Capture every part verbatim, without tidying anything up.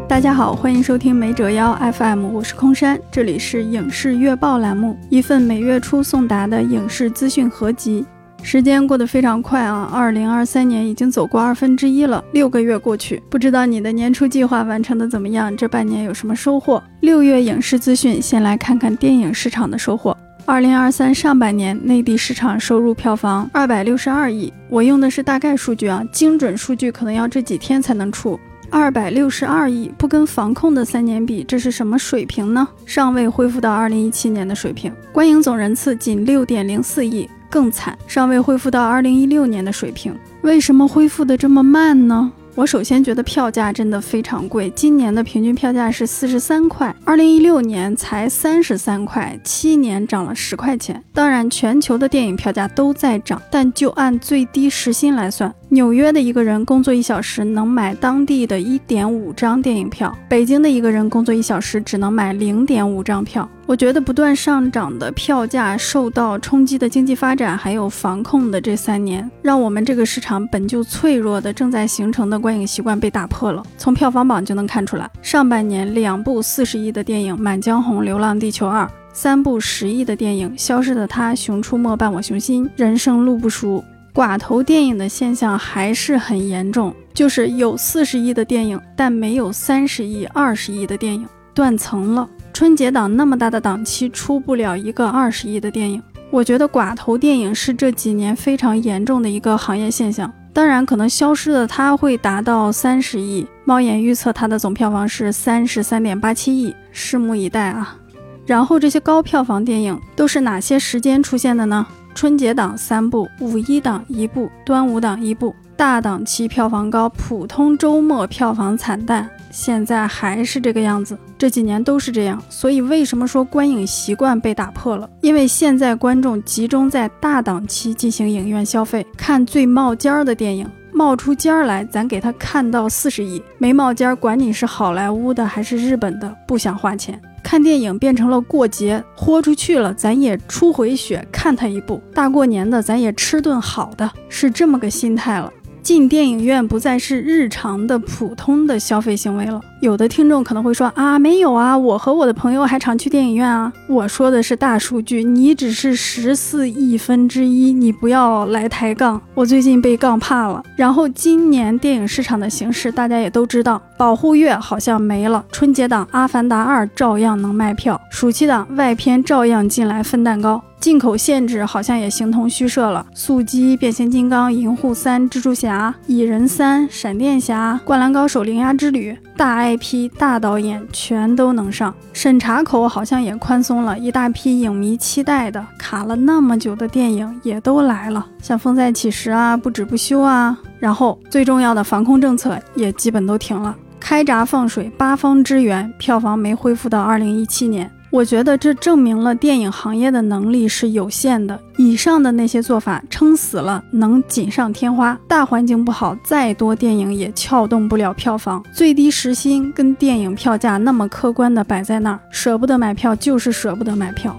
大家好，欢迎收听没折腰 F M， 我是空山，这里是影视月报栏目，一份每月初送达的影视资讯合集。时间过得非常快啊，二零二三年已经走过二分之一了，六个月过去，不知道你的年初计划完成的怎么样，这半年有什么收获？六月影视资讯，先来看看电影市场的收获。二零二三上半年内地市场收入票房二百六十二亿，我用的是大概数据啊，精准数据可能要这几天才能出。二百六十二亿不跟防控的三年比，这是什么水平呢？尚未恢复到二零一七年的水平。观影总人次仅 六点零四亿，更惨，尚未恢复到二零一六年的水平。为什么恢复的这么慢呢？我首先觉得票价真的非常贵，今年的平均票价是四十三块，二零一六年才三十三块，七年涨了十块钱。当然全球的电影票价都在涨，但就按最低时薪来算，纽约的一个人工作一小时能买当地的 一点五张电影票，北京的一个人工作一小时只能买 零点五张票。我觉得不断上涨的票价受到冲击的经济发展还有防控的这三年，让我们这个市场本就脆弱的正在形成的观影习惯被打破了。从票房榜就能看出来，上半年两部四十亿的电影《满江红》《流浪地球二》，三部十亿的电影《消失的她》《熊出没伴我熊心》《人生路不熟》。寡头电影的现象还是很严重，就是有四十亿的电影，但没有三十亿、二十亿的电影，断层了。春节档那么大的档期出不了一个二十亿的电影，我觉得寡头电影是这几年非常严重的一个行业现象。当然可能消失的它会达到三十亿，猫眼预测它的总票房是三十三点八七亿，拭目以待啊。然后这些高票房电影都是哪些时间出现的呢？春节档三部，五一档一部，端午档一部。大档期票房高，普通周末票房惨淡，现在还是这个样子，这几年都是这样。所以为什么说观影习惯被打破了？因为现在观众集中在大档期进行影院消费，看最冒尖的电影，冒出尖来咱给他看到四十亿，没冒尖管你是好莱坞的还是日本的，不想花钱。看电影变成了过节，豁出去了咱也出回血看他一部，大过年的咱也吃顿好的，是这么个心态了。进电影院不再是日常的普通的消费行为了。有的听众可能会说啊，没有啊，我和我的朋友还常去电影院啊。我说的是大数据，你只是十四亿分之一，你不要来抬杠，我最近被杠怕了。然后今年电影市场的形势大家也都知道，保护月好像没了，春节档阿凡达二照样能卖票，暑期档外片照样进来分蛋糕，进口限制好像也形同虚设了，速激、变形金刚、银护三、蜘蛛侠、蚁人三、闪电侠、灌篮高手、铃芽之旅，大 I P 大导演全都能上，审查口好像也宽松了，一大批影迷期待的卡了那么久的电影也都来了，像风再起时啊，不止不休啊，然后最重要的防控政策也基本都停了，开闸放水，八方支援，票房没恢复到二零一七年。我觉得这证明了电影行业的能力是有限的，以上的那些做法撑死了能锦上添花，大环境不好，再多电影也撬动不了票房。最低时薪跟电影票价那么客观的摆在那儿，舍不得买票就是舍不得买票。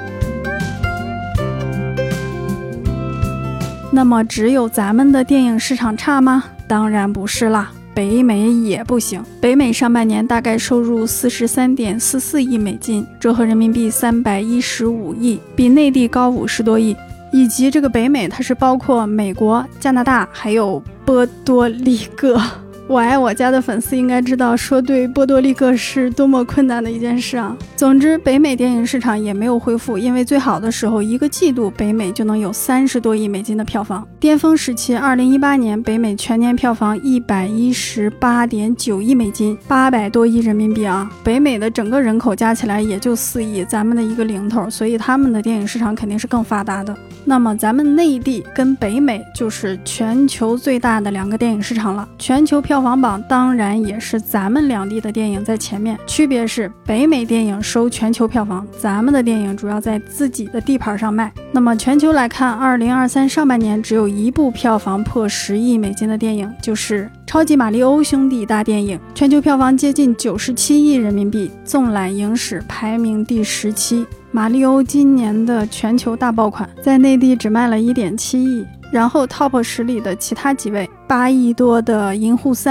那么只有咱们的电影市场差吗？当然不是啦，北美也不行。北美上半年大概收入 四十三点四四亿美金，折合人民币三百一十五亿，比内地高五十多亿。以及这个北美它是包括美国、加拿大还有波多黎各。我爱我家的粉丝应该知道说对波多黎各是多么困难的一件事啊。总之北美电影市场也没有恢复，因为最好的时候一个季度北美就能有三十多亿美金的票房，巅峰时期二零一八年北美全年票房一百一十八点九亿美金，八百多亿人民币啊。北美的整个人口加起来也就四亿，咱们的一个零头，所以他们的电影市场肯定是更发达的。那么咱们内地跟北美就是全球最大的两个电影市场了，全球票房榜当然也是咱们两地的电影在前面，区别是北美电影收全球票房，咱们的电影主要在自己的地盘上卖。那么全球来看，二零二三上半年只有一部票房破十亿美金的电影，就是超级马里欧兄弟大电影，全球票房接近九十七亿人民币，纵览影史排名第十七。马里欧今年的全球大爆款，在内地只卖了 一点七亿。然后 top 十里的其他几位，八亿多的银护三，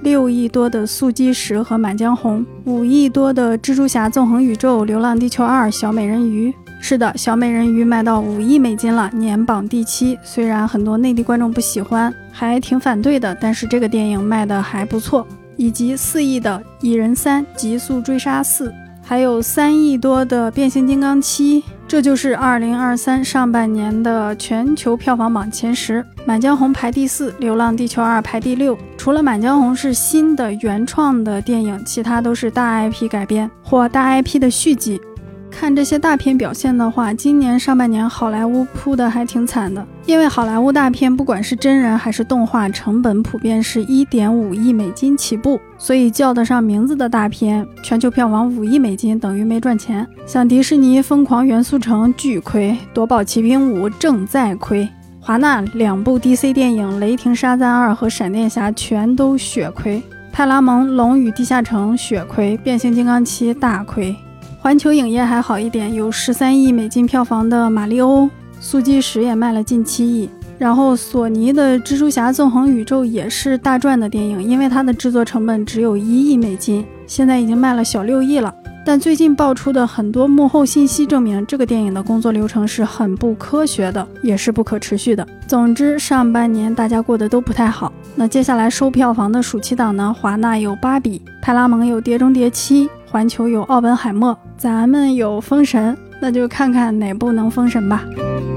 六亿多的速激十和满江红，五亿多的蜘蛛侠纵横宇宙、流浪地球二、小美人鱼。是的，小美人鱼卖到五亿美金了，年榜第七。虽然很多内地观众不喜欢，还挺反对的，但是这个电影卖的还不错。以及四亿的蚁人三、极速追杀四，还有三亿多的变形金刚七。这就是二零二三上半年的全球票房榜前十，满江红排第四，流浪地球二排第六。除了满江红是新的原创的电影，其他都是大 I P 改编或大 I P 的续集。看这些大片表现的话，今年上半年好莱坞扑的还挺惨的，因为好莱坞大片不管是真人还是动画，成本普遍是 一点五亿美金起步，所以叫得上名字的大片全球票房五亿美金等于没赚钱。像迪士尼疯狂元素城巨亏，夺宝奇兵五正在亏，华纳两部 D C 电影雷霆沙赞二和闪电侠全都血亏，派拉蒙龙与地下城血亏，变形金刚七大亏。环球影业还好一点，有十三亿美金票房的马里欧，速激十也卖了近七亿。然后索尼的蜘蛛侠纵横宇宙也是大赚的电影，因为它的制作成本只有一亿美金，现在已经卖了小六亿了。但最近爆出的很多幕后信息证明，这个电影的工作流程是很不科学的，也是不可持续的。总之上半年大家过得都不太好。那接下来收票房的暑期档呢，华纳有芭比，派拉蒙有碟中谍七，环球有奥本海默，咱们有封神，那就看看哪部能封神吧。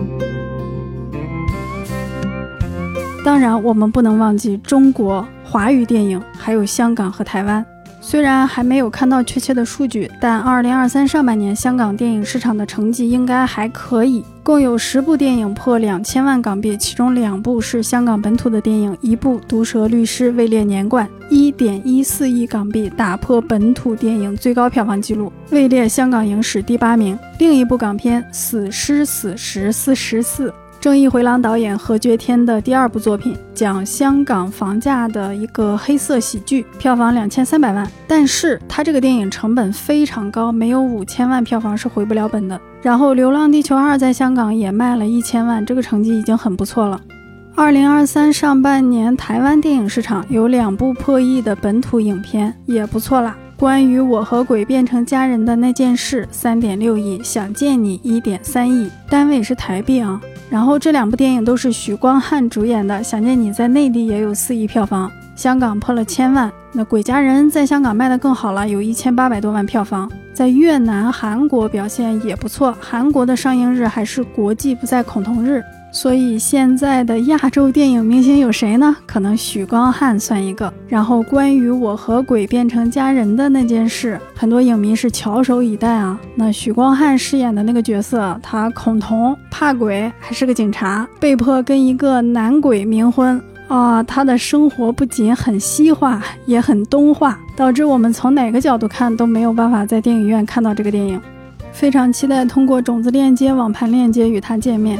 当然我们不能忘记中国华语电影，还有香港和台湾。虽然还没有看到确切的数据，但二零二三上半年香港电影市场的成绩应该还可以，共有十部电影破两千万港币，其中两部是香港本土的电影，一部《毒舌律师》位列年冠 一点一四亿港币，打破本土电影最高票房纪录，位列香港影史第八名。另一部港片《死尸死时四十四》，郑义回廊导演何觉天的第二部作品，讲香港房价的一个黑色喜剧，票房两千三百万，但是他这个电影成本非常高，没有五千万票房是回不了本的。然后流浪地球二在香港也卖了一千万，这个成绩已经很不错了。二零二三上半年台湾电影市场有两部破亿的本土影片，也不错啦。关于我和鬼变成家人的那件事 三点六亿，想见你 一点三亿，单位是台币啊。然后这两部电影都是许光汉主演的，想见你在内地也有四亿票房，香港破了千万。那鬼家人在香港卖得更好了，有一千八百多万票房，在越南韩国表现也不错，韩国的上映日还是国际不在恐同日。所以现在的亚洲电影明星有谁呢？可能许光汉算一个。然后关于我和鬼变成家人的那件事，很多影迷是翘首以待啊。那许光汉饰演的那个角色，他恐同怕鬼，还是个警察，被迫跟一个男鬼冥婚啊。他的生活不仅很西化，也很东化，导致我们从哪个角度看都没有办法在电影院看到这个电影。非常期待通过种子链接、网盘链接与他见面。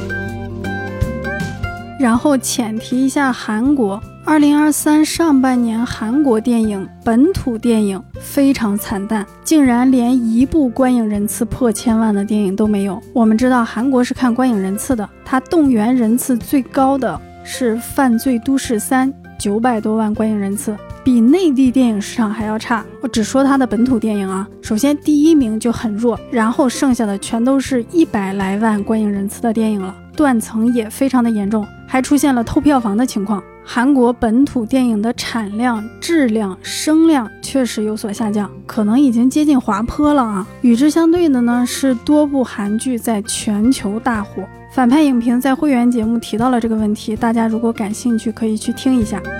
然后浅提一下韩国，二零二三上半年韩国电影本土电影非常惨淡，竟然连一部观影人次破千万的电影都没有。我们知道韩国是看观影人次的，它动员人次最高的是《犯罪都市三》，九百多万观影人次，比内地电影市场还要差。我只说它的本土电影啊，首先第一名就很弱，然后剩下的全都是一百来万观影人次的电影了，断层也非常的严重，还出现了偷票房的情况。韩国本土电影的产量、质量、声量确实有所下降，可能已经接近滑坡了啊。与之相对的呢，是多部韩剧在全球大火。反派影评在会员节目提到了这个问题，大家如果感兴趣可以去听一下。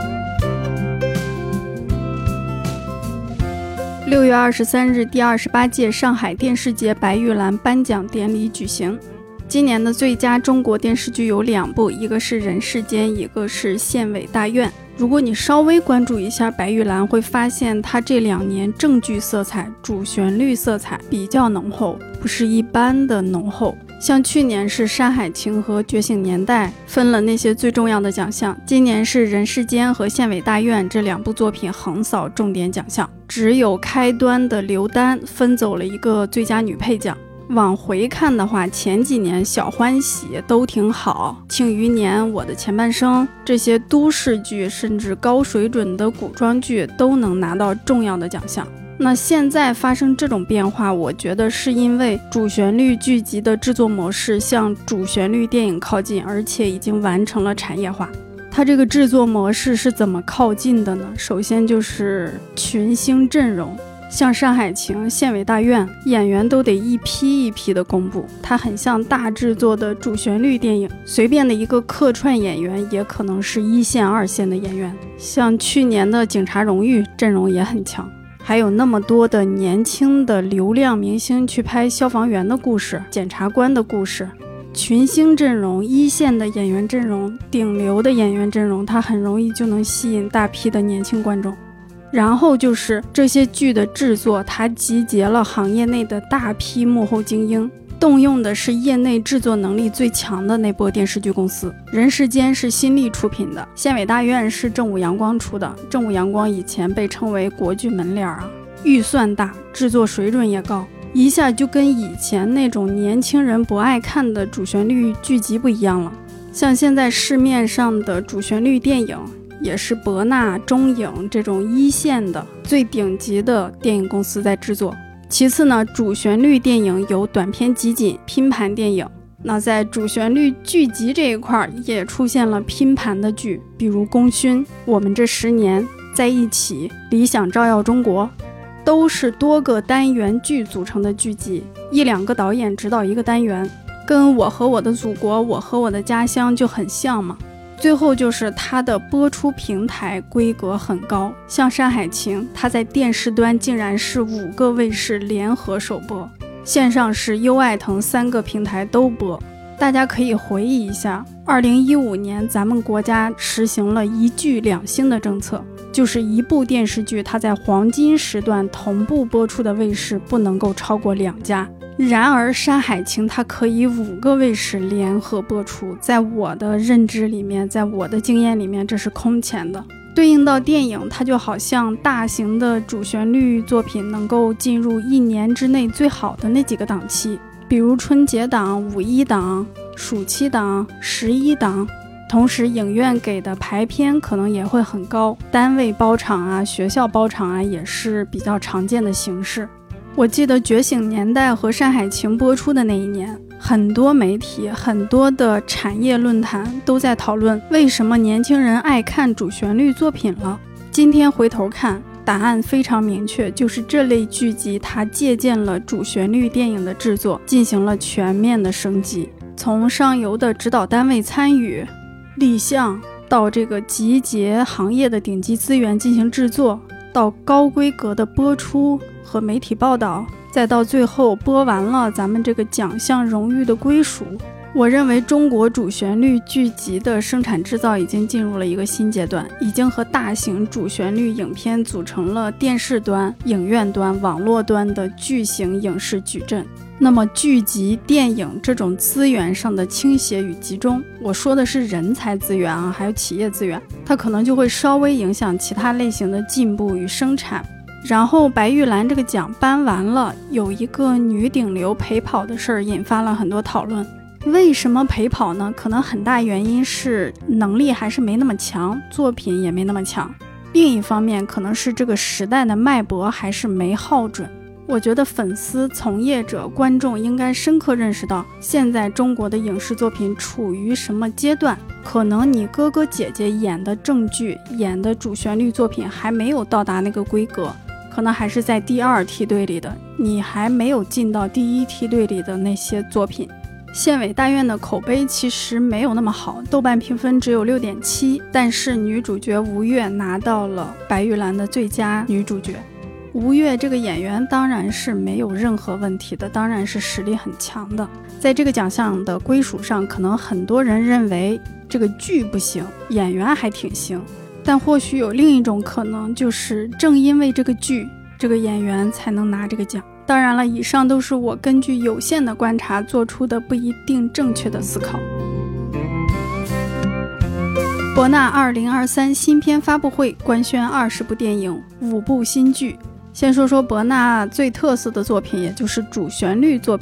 六月二十三日，第二十八届上海电视节白玉兰颁奖典礼举行。今年的最佳中国电视剧有两部，一个是《人世间》，一个是《县委大院》。如果你稍微关注一下白玉兰，会发现它这两年正剧色彩、主旋律色彩比较浓厚，不是一般的浓厚。像去年是《山海情》和《觉醒年代》分了那些最重要的奖项，今年是《人世间》和《县委大院》这两部作品横扫重点奖项，只有开端的刘丹分走了一个最佳女配奖。 往回看的话，前几年小欢喜都挺好，庆余年、我的前半生，这些都市剧甚至高水准的古装剧都能拿到重要的奖项。那现在发生这种变化，我觉得是因为主旋律剧集的制作模式向主旋律电影靠近，而且已经完成了产业化。它这个制作模式是怎么靠近的呢？首先就是群星阵容，像《山海情》《县委大院》，演员都得一批一批的公布，它很像大制作的主旋律电影，随便的一个客串演员也可能是一线二线的演员。像去年的《警察荣誉》阵容也很强，还有那么多的年轻的流量明星去拍消防员的故事、检察官的故事，群星阵容、一线的演员阵容、顶流的演员阵容，它很容易就能吸引大批的年轻观众。然后就是这些剧的制作，它集结了行业内的大批幕后精英，动用的是业内制作能力最强的那波电视剧公司。人世间是新力出品的，县委大院是正午阳光出的，正午阳光以前被称为国剧门脸啊，预算大，制作水准也高，一下就跟以前那种年轻人不爱看的主旋律剧集不一样了。像现在市面上的主旋律电影也是博纳、中影这种一线的最顶级的电影公司在制作。其次呢，主旋律电影有短片集锦、拼盘电影，那在主旋律剧集这一块也出现了拼盘的剧，比如《功勋》、《我们这十年》、《在一起》、《理想照耀中国》，都是多个单元剧组成的剧集，一两个导演指导一个单元，跟我和我的祖国、我和我的家乡就很像嘛。最后就是它的播出平台规格很高，像《山海情》，它在电视端竟然是五个卫视联合首播，线上是优爱腾三个平台都播。大家可以回忆一下，二零一五年咱们国家实行了一剧两星的政策，就是一部电视剧它在黄金时段同步播出的卫视不能够超过两家。然而《山海情》它可以五个卫视联合播出，在我的认知里面，在我的经验里面，这是空前的。对应到电影，它就好像大型的主旋律作品能够进入一年之内最好的那几个档期，比如春节档、五一档、暑期档、十一档。同时影院给的排片可能也会很高，单位包场啊、学校包场啊也是比较常见的形式。我记得《觉醒年代》和《山海情》播出的那一年，很多媒体、很多的产业论坛都在讨论为什么年轻人爱看主旋律作品了。今天回头看，答案非常明确，就是这类剧集它借鉴了主旋律电影的制作，进行了全面的升级，从上游的指导单位参与、立项，到这个集结行业的顶级资源进行制作，到高规格的播出和媒体报道，再到最后播完了咱们这个奖项荣誉的归属。我认为中国主旋律剧集的生产制造已经进入了一个新阶段，已经和大型主旋律影片组成了电视端、影院端、网络端的巨型影视矩阵。那么剧集、电影这种资源上的倾斜与集中，我说的是人才资源啊，还有企业资源，它可能就会稍微影响其他类型的进步与生产。然后白玉兰这个奖颁完了，有一个女顶流陪跑的事儿引发了很多讨论。为什么陪跑呢？可能很大原因是能力还是没那么强，作品也没那么强。另一方面可能是这个时代的脉搏还是没耗准。我觉得粉丝、从业者、观众应该深刻认识到现在中国的影视作品处于什么阶段。可能你哥哥姐姐演的正剧、演的主旋律作品还没有到达那个规格，可能还是在第二梯队里的，你还没有进到第一梯队里的那些作品。县委大院的口碑其实没有那么好，豆瓣评分只有 六点七， 但是女主角吴越拿到了白玉兰的最佳女主角。吴越这个演员当然是没有任何问题的，当然是实力很强的。在这个奖项的归属上，可能很多人认为这个剧不行，演员还挺行，但或许有另一种可能，就是正因为这个剧、这个演员才能拿这个奖。当然了，以上都是我根据有限的观察做出的不一定正确的思考。博纳二零二三新片发布会官宣二十部电影、五部新剧。先说说博纳最特色的作品，也就是主旋律作品，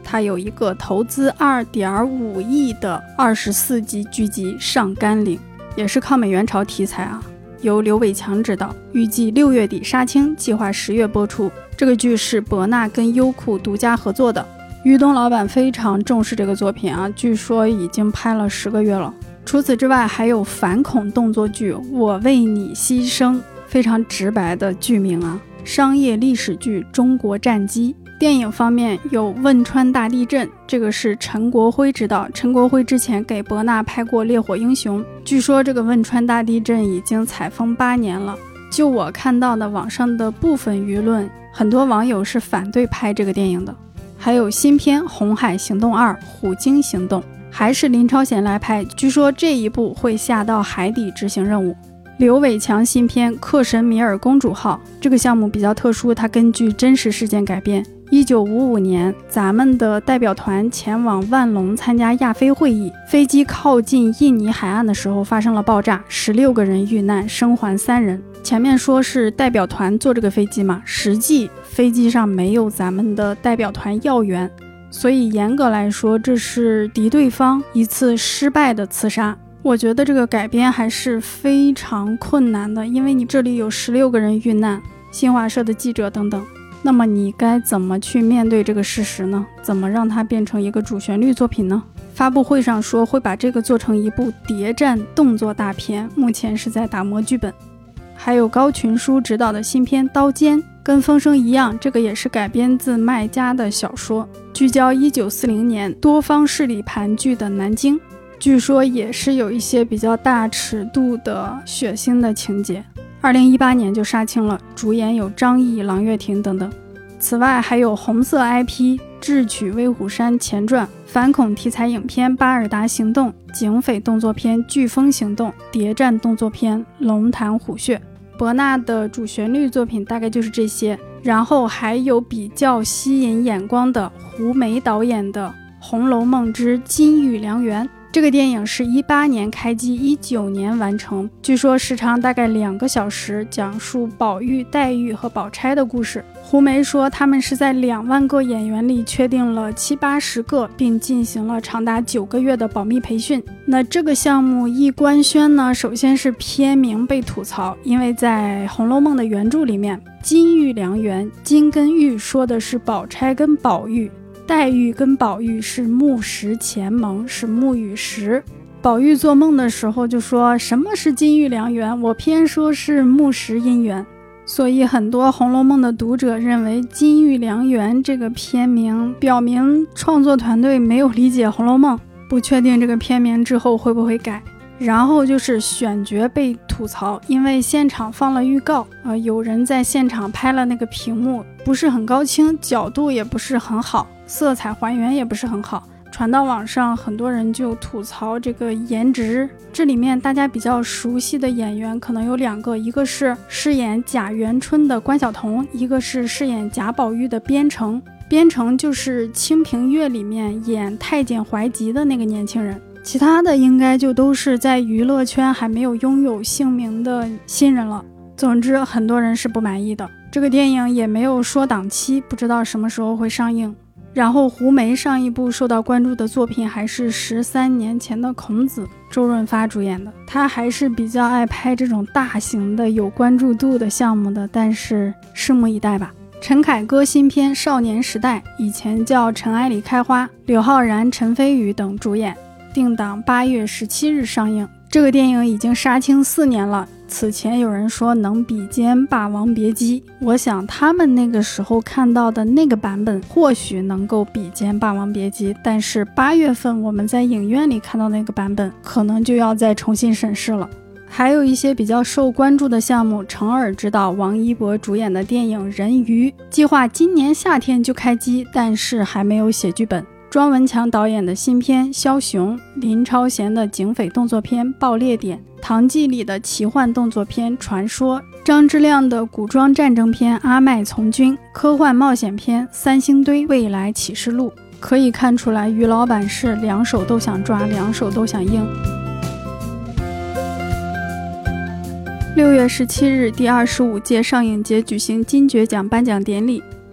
它有一个投资 二点五亿的二十四集剧集《上甘岭》，也是抗美援朝题材啊，由刘伟强执导，预计六月底杀青，计划十月播出。这个剧是博纳跟优酷独家合作的，于东老板非常重视这个作品啊，据说已经拍了十个月了。除此之外，还有反恐动作剧《我为你牺牲》，非常直白的剧名啊。商业历史剧《中国战机》。电影方面有汶川大地震，这个是陈国辉执导，陈国辉之前给博纳拍过《烈火英雄》，据说这个汶川大地震已经采风八年了。就我看到的网上的部分舆论，很多网友是反对拍这个电影的。还有新片《红海行动二：虎鲸行动》，还是林超贤来拍，据说这一部会下到海底执行任务。刘伟强新片《克什米尔公主号》，这个项目比较特殊，它根据真实事件改编。一九五五年，咱们的代表团前往万隆参加亚非会议，飞机靠近印尼海岸的时候发生了爆炸，十六个人遇难，生还三人。前面说是代表团坐这个飞机嘛，实际飞机上没有咱们的代表团要员，所以严格来说，这是敌对方一次失败的刺杀。我觉得这个改编还是非常困难的，因为你这里有十六个人遇难，新华社的记者等等，那么你该怎么去面对这个事实呢？怎么让它变成一个主旋律作品呢？发布会上说会把这个做成一部谍战动作大片，目前是在打磨剧本。还有高群书执导的新片《刀尖》，跟风声一样，这个也是改编自麦家的小说，聚焦一九四零年多方势力盘踞的南京，据说也是有一些比较大尺度的血腥的情节。二零一八年就杀青了，主演有张译、郎月婷等等。此外还有红色 I P《智取威虎山前传》，反恐题材影片《巴尔达行动》，警匪动作片《飓风行动》，谍战动作片《龙潭虎穴》。博纳的主旋律作品大概就是这些，然后还有比较吸引眼光的胡梅导演的《红楼梦之金玉良缘》。这个电影是一八年开机，一九年完成，据说时长大概两个小时，讲述宝玉、黛玉和宝钗的故事。胡梅说他们是在两万个演员里确定了七八十个，并进行了长达九个月的保密培训。那这个项目一官宣呢，首先是片名被吐槽，因为在《红楼梦》的原著里面，金玉良缘，金跟玉说的是宝钗跟宝玉，黛玉跟宝玉是木石前盟，是木与石。宝玉做梦的时候就说什么是金玉良缘，我偏说是木石姻缘。所以很多《红楼梦》的读者认为金玉良缘这个片名表明创作团队没有理解《红楼梦》，不确定这个片名之后会不会改。然后就是选角被吐槽，因为现场放了预告，呃，有人在现场拍了那个屏幕不是很高清，角度也不是很好，色彩还原也不是很好，传到网上很多人就吐槽这个颜值。这里面大家比较熟悉的演员可能有两个，一个是饰演贾元春的关晓彤，一个是饰演贾宝玉的边城。边城就是《清平乐》里面演太监怀吉的那个年轻人，其他的应该就都是在娱乐圈还没有拥有姓名的新人了。总之很多人是不满意的，这个电影也没有说档期，不知道什么时候会上映。然后胡梅上一部受到关注的作品还是十三年前的孔子，周润发主演的，他还是比较爱拍这种大型的有关注度的项目的，但是拭目以待吧。陈凯歌新片《少年时代》，以前叫《尘埃里开花》，柳浩然、陈飞宇等主演，定档八月十七日上映。这个电影已经杀青四年了，此前有人说能比肩《霸王别姬》，我想他们那个时候看到的那个版本或许能够比肩《霸王别姬》，但是八月份我们在影院里看到那个版本可能就要再重新审视了。还有一些比较受关注的项目，程耳执导、王一博主演的电影《人鱼》计划今年夏天就开机，但是还没有写剧本。庄文强导演的新片《枭雄》，林超贤的警匪动作片《爆裂点》，唐季礼的奇幻动作片《传说》，张之亮的古装战争片《阿麦从军》，科幻冒险片《三星堆未来启示录》。可以看出来于老板是两手都想抓，两手都想硬。六月十七日，第二十五届上影节举行金爵奖颁奖典礼。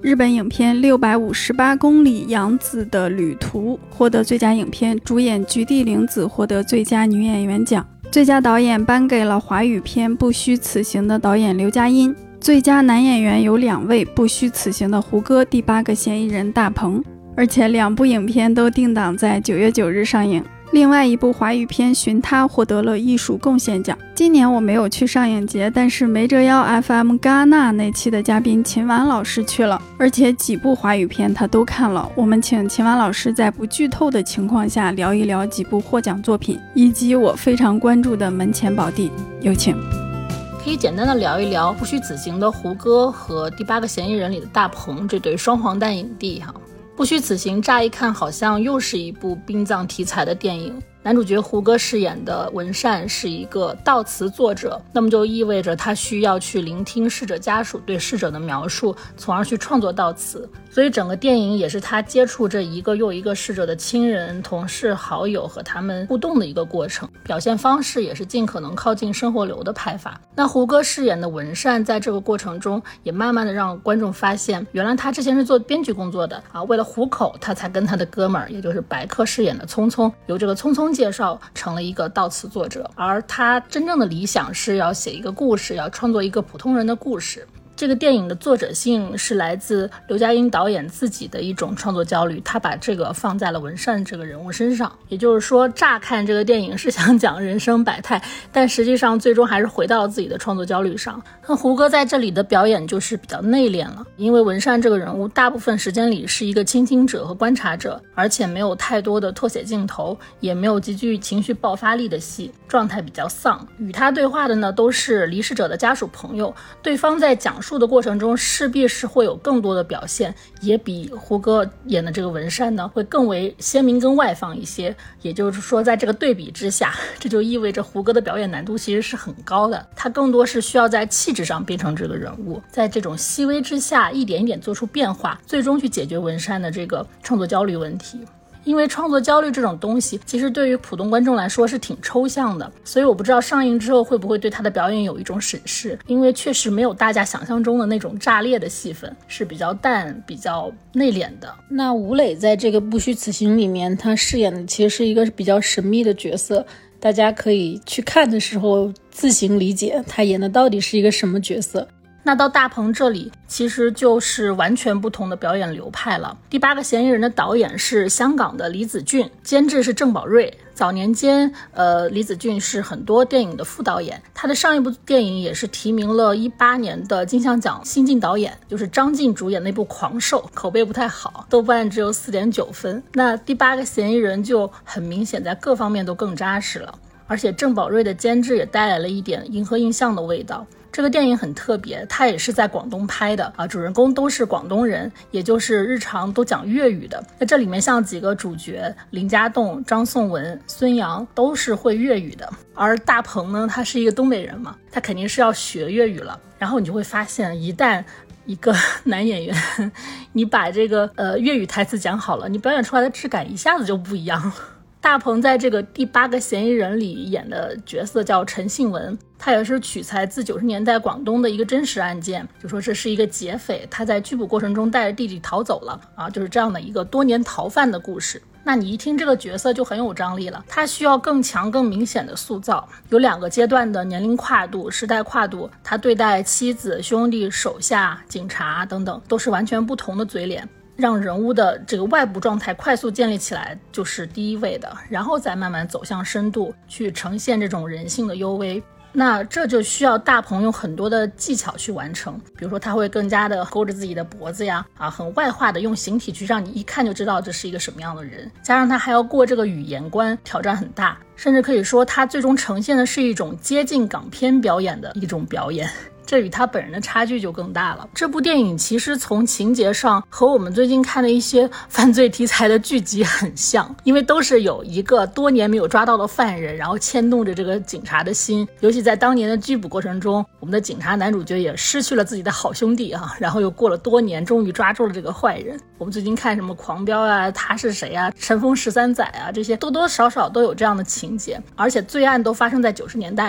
日本影片六百五十八公里洋子的旅途获得最佳影片，主演菊地凛子获得最佳女演员奖。最佳导演颁给了华语片《不虚此行》的导演刘嘉欣。最佳男演员有两位，《不虚此行》的胡歌，第八个嫌疑人大鹏。而且两部影片都定档在九月九日上映。另外一部华语片《寻他》获得了艺术贡献奖。今年我没有去上影节，但是没折腰 F M 戛纳那期的嘉宾秦婉老师去了，而且几部华语片他都看了。我们请秦婉老师在不剧透的情况下聊一聊几部获奖作品，以及我非常关注的门前宝地。有请。 可以简单的聊一聊《不虚此行》的胡歌和《第八个嫌疑人》里的大鹏这对双黄蛋影帝哈。不虚此行乍一看好像又是一部殡葬题材的电影，男主角胡歌饰演的文善是一个悼词作者，那么就意味着他需要去聆听逝者家属对逝者的描述，从而去创作悼词。所以整个电影也是他接触这一个又一个逝者的亲人、同事、好友和他们互动的一个过程，表现方式也是尽可能靠近生活流的拍法。那胡歌饰演的文善在这个过程中也慢慢的让观众发现，原来他之前是做编剧工作的啊，为了糊口他才跟他的哥们儿，也就是白客饰演的聪聪，由这个聪聪介绍成了一个悼词作者，而他真正的理想是要写一个故事，要创作一个普通人的故事。这个电影的作者性是来自刘嘉欣导演自己的一种创作焦虑，他把这个放在了文善这个人物身上。也就是说，乍看这个电影是想讲人生百态，但实际上最终还是回到了自己的创作焦虑上。那胡歌在这里的表演就是比较内敛了，因为文善这个人物大部分时间里是一个倾听者和观察者，而且没有太多的特写镜头，也没有极具情绪爆发力的戏，状态比较丧。与他对话的呢都是离世者的家属朋友，对方在讲述的过程中势必是会有更多的表现，也比胡歌演的这个文善呢会更为鲜明跟外放一些。也就是说，在这个对比之下，这就意味着胡歌的表演难度其实是很高的，他更多是需要在气质上变成这个人物，在这种细微之下一点一点做出变化，最终去解决文善的这个创作焦虑问题。因为创作焦虑这种东西其实对于普通观众来说是挺抽象的，所以我不知道上映之后会不会对他的表演有一种审视，因为确实没有大家想象中的那种炸裂的戏份，是比较淡比较内敛的。那吴磊在这个不虚此行里面，他饰演的其实是一个比较神秘的角色，大家可以去看的时候自行理解他演的到底是一个什么角色。那到大鹏这里其实就是完全不同的表演流派了。第八个嫌疑人的导演是香港的李子俊，监制是郑宝瑞。早年间呃，李子俊是很多电影的副导演，他的上一部电影也是提名了一八年的金像奖新晋导演，就是张晋主演那部狂兽，口碑不太好，豆瓣只有 四点九 分。那第八个嫌疑人就很明显在各方面都更扎实了，而且郑宝瑞的监制也带来了一点银河映像的味道。这个电影很特别，它也是在广东拍的啊，主人公都是广东人，也就是日常都讲粤语的。那这里面像几个主角林家栋、张颂文、孙杨都是会粤语的，而大鹏呢，他是一个东北人嘛，他肯定是要学粤语了。然后你就会发现，一旦一个男演员你把这个呃粤语台词讲好了，你表演出来的质感一下子就不一样了。大鹏在这个第八个嫌疑人里演的角色叫陈信文，他也是取材自九十年代广东的一个真实案件，就说这是一个劫匪，他在拘捕过程中带着弟弟逃走了啊，就是这样的一个多年逃犯的故事。那你一听这个角色就很有张力了，他需要更强更明显的塑造，有两个阶段的年龄跨度、时代跨度，他对待妻子、兄弟、手下、警察等等都是完全不同的嘴脸，让人物的这个外部状态快速建立起来就是第一位的，然后再慢慢走向深度，去呈现这种人性的幽微。那这就需要大鹏用很多的技巧去完成，比如说他会更加的勾着自己的脖子呀，啊，很外化的用形体去让你一看就知道这是一个什么样的人，加上他还要过这个语言关，挑战很大，甚至可以说他最终呈现的是一种接近港片表演的一种表演。这与他本人的差距就更大了。这部电影其实从情节上和我们最近看的一些犯罪题材的剧集很像，因为都是有一个多年没有抓到的犯人，然后牵动着这个警察的心。尤其在当年的拘捕过程中，我们的警察男主角也失去了自己的好兄弟啊，然后又过了多年，终于抓住了这个坏人。我们最近看什么狂飙啊、他是谁啊、尘封十三载啊，这些多多少少都有这样的情节，而且罪案都发生在九十年代嘛。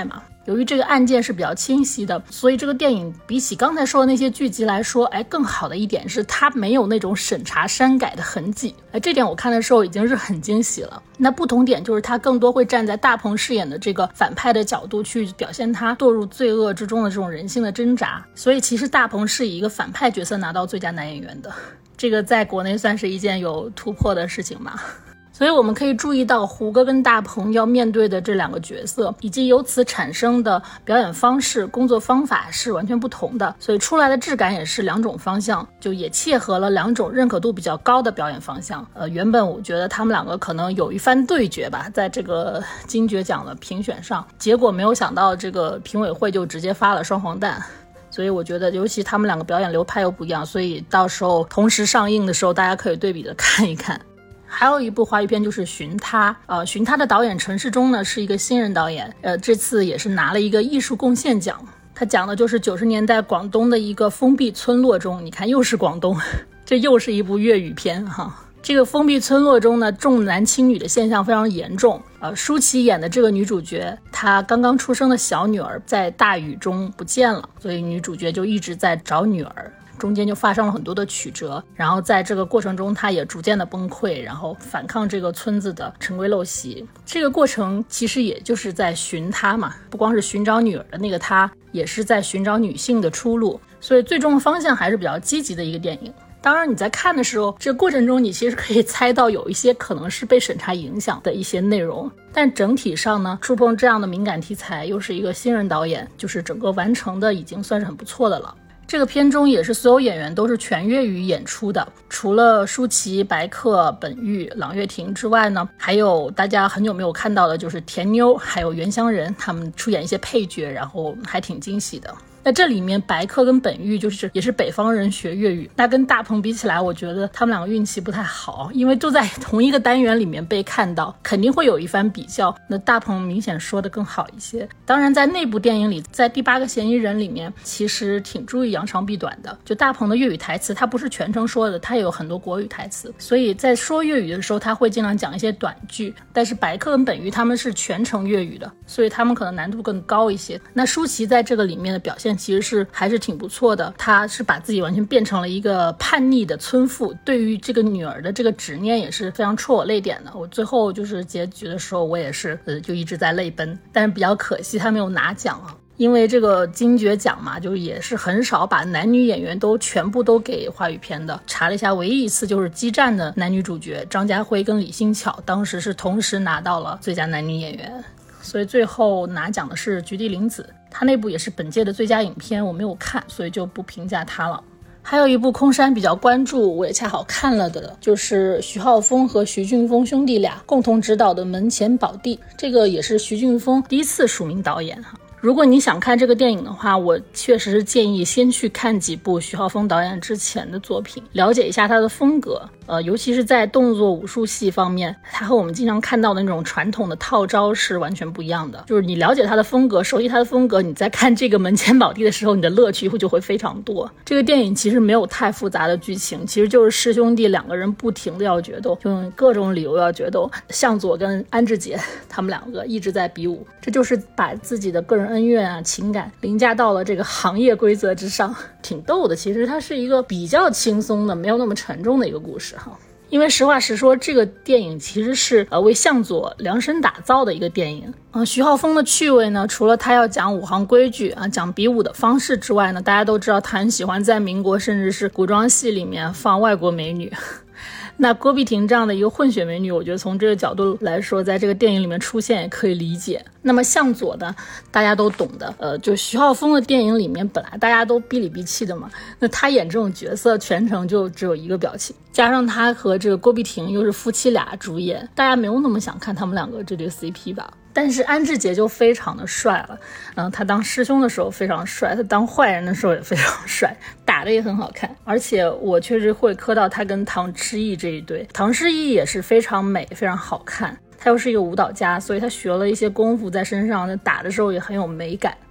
由于这个案件是比较清晰的，所以这个电影比起刚才说的那些剧集来说，哎，更好的一点是它没有那种审查删改的痕迹，哎，这点我看的时候已经是很惊喜了。那不同点就是它更多会站在大鹏饰演的这个反派的角度去表现他堕入罪恶之中的这种人性的挣扎，所以其实大鹏是以一个反派角色拿到最佳男演员的，这个在国内算是一件有突破的事情吧。所以我们可以注意到胡歌跟大鹏要面对的这两个角色，以及由此产生的表演方式、工作方法是完全不同的，所以出来的质感也是两种方向，就也切合了两种认可度比较高的表演方向。呃，原本我觉得他们两个可能有一番对决吧，在这个金爵奖的评选上，结果没有想到这个评委会就直接发了双黄蛋。所以我觉得尤其他们两个表演流派又不一样，所以到时候同时上映的时候大家可以对比的看一看。还有一部华语片就是寻他，呃，寻他的导演陈世忠呢是一个新人导演，呃，这次也是拿了一个艺术贡献奖。他讲的就是九十年代广东的一个封闭村落中，你看又是广东，这又是一部粤语片哈。这个封闭村落中呢，重男轻女的现象非常严重。呃，舒淇演的这个女主角，她刚刚出生的小女儿在大雨中不见了，所以女主角就一直在找女儿。中间就发生了很多的曲折，然后在这个过程中他也逐渐的崩溃，然后反抗这个村子的陈规陋习。这个过程其实也就是在寻他嘛，不光是寻找女儿的那个他，也是在寻找女性的出路，所以最终的方向还是比较积极的一个电影。当然你在看的时候，这个过程中你其实可以猜到有一些可能是被审查影响的一些内容，但整体上呢，触碰这样的敏感题材，又是一个新人导演，就是整个完成的已经算是很不错的了。这个片中也是所有演员都是全粤语演出的，除了舒淇、白客、本玉、郎月婷之外呢，还有大家很久没有看到的就是田妞还有袁湘仁，他们出演一些配角，然后还挺惊喜的。在这里面白客跟本玉就是也是北方人学粤语，那跟大鹏比起来，我觉得他们两个运气不太好，因为就在同一个单元里面被看到，肯定会有一番比较，那大鹏明显说的更好一些。当然在那部电影里，在第八个嫌疑人里面其实挺注意扬长避短的，就大鹏的粤语台词他不是全程说的，他也有很多国语台词，所以在说粤语的时候他会经常讲一些短句，但是白客跟本玉他们是全程粤语的，所以他们可能难度更高一些。那舒淇在这个里面的表现其实是还是挺不错的，他是把自己完全变成了一个叛逆的村妇，对于这个女儿的这个执念也是非常戳我泪点的。我最后就是结局的时候，我也是呃就一直在泪奔，但是比较可惜他没有拿奖啊，因为这个金爵奖嘛，就也是很少把男女演员都全部都给华语片的。查了一下，唯一一次就是激战的男女主角张家辉跟李星巧，当时是同时拿到了最佳男女演员，所以最后拿奖的是菊地凛子，他那部也是本届的最佳影片，我没有看，所以就不评价他了。还有一部空山比较关注，我也恰好看了的，就是徐浩峰和徐俊峰兄弟俩共同执导的《门前宝地》，这个也是徐俊峰第一次署名导演哈。如果你想看这个电影的话，我确实是建议先去看几部徐浩峰导演之前的作品，了解一下他的风格。呃，尤其是在动作武术戏方面，他和我们经常看到的那种传统的套招是完全不一样的。就是你了解他的风格，熟悉他的风格，你在看这个门前宝地的时候，你的乐趣会就会非常多。这个电影其实没有太复杂的剧情，其实就是师兄弟两个人不停的要决斗，就用各种理由要决斗。向佐跟安志杰他们两个一直在比武，这就是把自己的个人恩怨啊、情感凌驾到了这个行业规则之上，挺逗的。其实它是一个比较轻松的，没有那么沉重的一个故事哈。因为实话实说，这个电影其实是呃为向佐量身打造的一个电影。呃，徐浩峰的趣味呢，除了他要讲武行规矩啊，讲比武的方式之外呢，大家都知道他很喜欢在民国甚至是古装戏里面放外国美女。那郭碧婷这样的一个混血美女，我觉得从这个角度来说，在这个电影里面出现也可以理解。那么向佐呢，大家都懂的，呃，就徐浩峰的电影里面本来大家都逼里逼气的嘛，那他演这种角色全程就只有一个表情，加上他和这个郭碧婷又是夫妻俩主演，大家没有那么想看他们两个这对 C P 吧。但是安志杰就非常的帅了，嗯，他当师兄的时候非常帅，他当坏人的时候也非常帅，打的也很好看。而且我确实会磕到他跟唐诗逸这一对，唐诗逸也是非常美非常好看，他又是一个舞蹈家，所以他学了一些功夫在身上，打的时候也很有美感。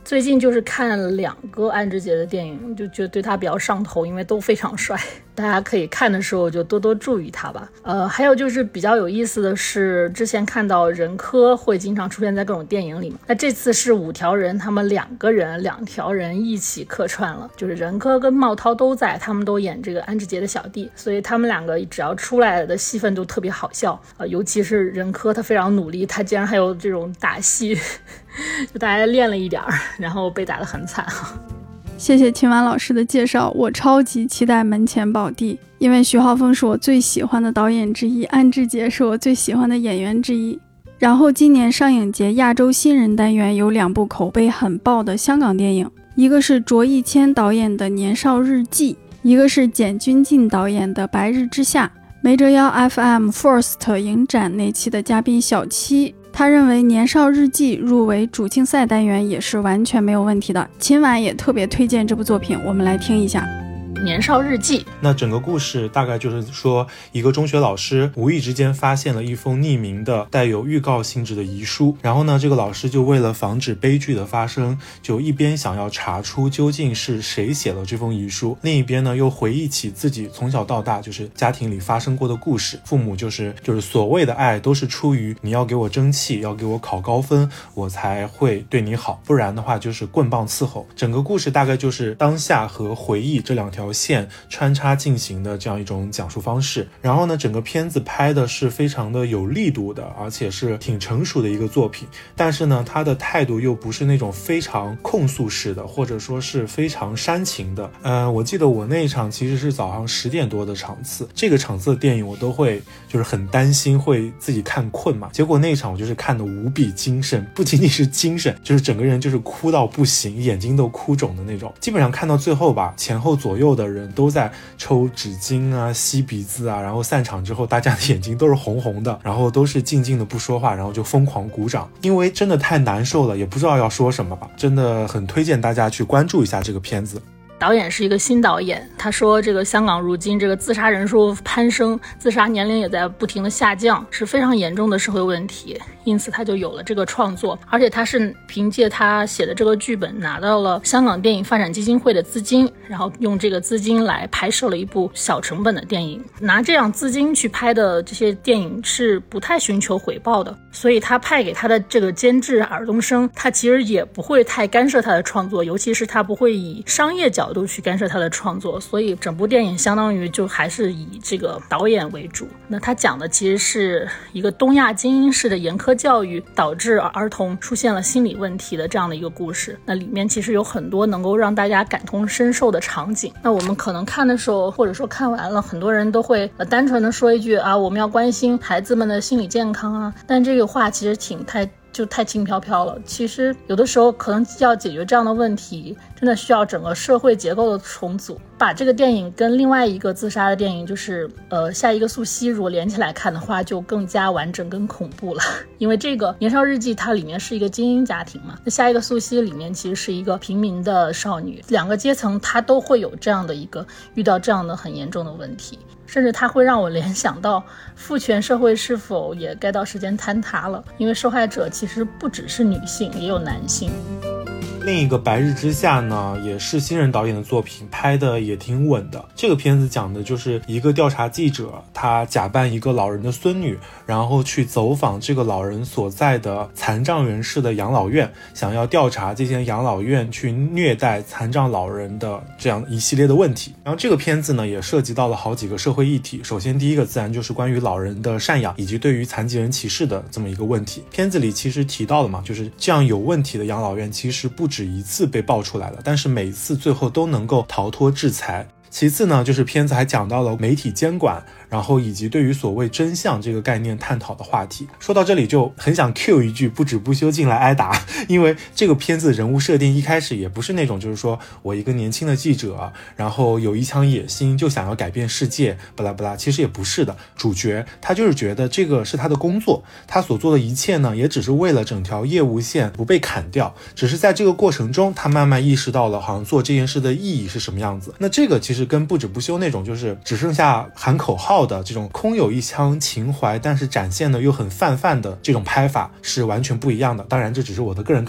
最近就是看了两个安志杰的电影，就觉得对他比较上头，因为都非常帅，大家可以看的时候就多多注意他吧。呃，还有就是比较有意思的是，之前看到任科会经常出现在各种电影里嘛，那这次是五条人他们两个人两条人一起客串了，就是任科跟茂涛都在，他们都演这个安志杰的小弟，所以他们两个只要出来的戏份都特别好笑，呃，尤其是任科他非常努力，他竟然还有这种打戏就大家练了一点儿，然后被打得很惨。 谢谢秦婉老师的介绍，我超级期待门前宝地，因为徐浩峰是我最喜欢的导演之一，安志杰是我最喜欢的演员之一。然后今年上影节亚洲新人单元有两部口碑很爆的香港电影，一个是卓亦谦导演的《年少日记》，一个是简君进导演的《白日之下》。没折腰 F M First 影展那期的嘉宾小七，他认为《年少日记》入围主竞赛单元也是完全没有问题的。秦晚也特别推荐这部作品，我们来听一下。 年少日记， 那整个故事大概就是说，一个中学老师无意之间发现了一封匿名的带有预告性质的遗书，然后呢，这个老师就为了防止悲剧的发生，就一边想要查出究竟是谁写了这封遗书，另一边呢又回忆起自己从小到大就是家庭里发生过的故事，父母就是就是所谓的爱都是出于你要给我争气，要给我考高分，我才会对你好，不然的话就是棍棒伺候。整个故事大概就是当下和回忆这两条线穿插进行的这样一种讲述方式。然后呢，整个片子拍的是非常的有力度的，而且是挺成熟的一个作品，但是呢，他的态度又不是那种非常控诉式的，或者说是非常煽情的。呃，我记得我那一场其实是早上十点多的场次，这个场次的电影我都会就是很担心会自己看困嘛，结果那一场我就是看得无比精神，不仅仅是精神，就是整个人就是哭到不行，眼睛都哭肿的那种。基本上看到最后吧，前后左右的人都在抽纸巾啊、吸鼻子啊，然后散场之后大家的眼睛都是红红的，然后都是静静的不说话，然后就疯狂鼓掌，因为真的太难受了，也不知道要说什么吧。真的很推荐大家去关注一下这个片子。 导演是一个新导演，他说这个香港如今这个自杀人数攀升，自杀年龄也在不停的下降，是非常严重的社会问题，因此他就有了这个创作，而且他是凭借他写的这个剧本拿到了香港电影发展基金会的资金，然后用这个资金来拍摄了一部小成本的电影。拿这样资金去拍的这些电影是不太寻求回报的，所以他派给他的这个监制尔冬升，他其实也不会太干涉他的创作，尤其是他不会以商业角度去干涉他的创作，所以整部电影相当于就还是以这个导演为主。那他讲的其实是一个东亚精英式的严苛教育导致儿童出现了心理问题的这样的一个故事，那里面其实有很多能够让大家感同身受的场景。那我们可能看的时候，或者说看完了，很多人都会呃单纯的说一句啊，我们要关心孩子们的心理健康啊，但这个话其实挺太就太轻飘飘了。其实有的时候可能要解决这样的问题，真的需要整个社会结构的重组。把这个电影跟另外一个自杀的电影就是呃下一个素汐如果连起来看的话，就更加完整跟恐怖了。因为这个年少日记它里面是一个精英家庭嘛，那下一个素汐里面其实是一个平民的少女，两个阶层它都会有这样的一个遇到这样的很严重的问题，甚至它会让我联想到父权社会是否也该到时间坍塌了，因为受害者其实不只是女性，也有男性。 另一个白日之下呢，也是新人导演的作品，拍的也挺稳的。这个片子讲的就是一个调查记者，他假扮一个老人的孙女，然后去走访这个老人所在的残障人士的养老院，想要调查这间养老院去虐待残障老人的这样一系列的问题。然后这个片子呢，也涉及到了好几个社会议题。首先第一个自然就是关于老人的赡养以及对于残疾人歧视的这么一个问题。片子里其实提到了嘛，就是这样有问题的养老院其实不止一次被爆出来了，但是每一次最后都能够逃脱制裁。其次呢，就是片子还讲到了媒体监管，然后以及对于所谓真相这个概念探讨的话题。说到这里就很想 Q 一句不止不休进来挨打，因为这个片子人物设定一开始也不是那种就是说我一个年轻的记者，然后有一腔野心就想要改变世界巴拉巴拉，其实也不是的。主角他就是觉得这个是他的工作，他所做的一切呢也只是为了整条业务线不被砍掉，只是在这个过程中他慢慢意识到了好像做这件事的意义是什么样子。那这个其实跟不止不休那种就是只剩下喊口号的这种空有一腔情怀但是展现的又很泛泛的这种拍法是完全不一样的。当然这只是我的个人感受啊。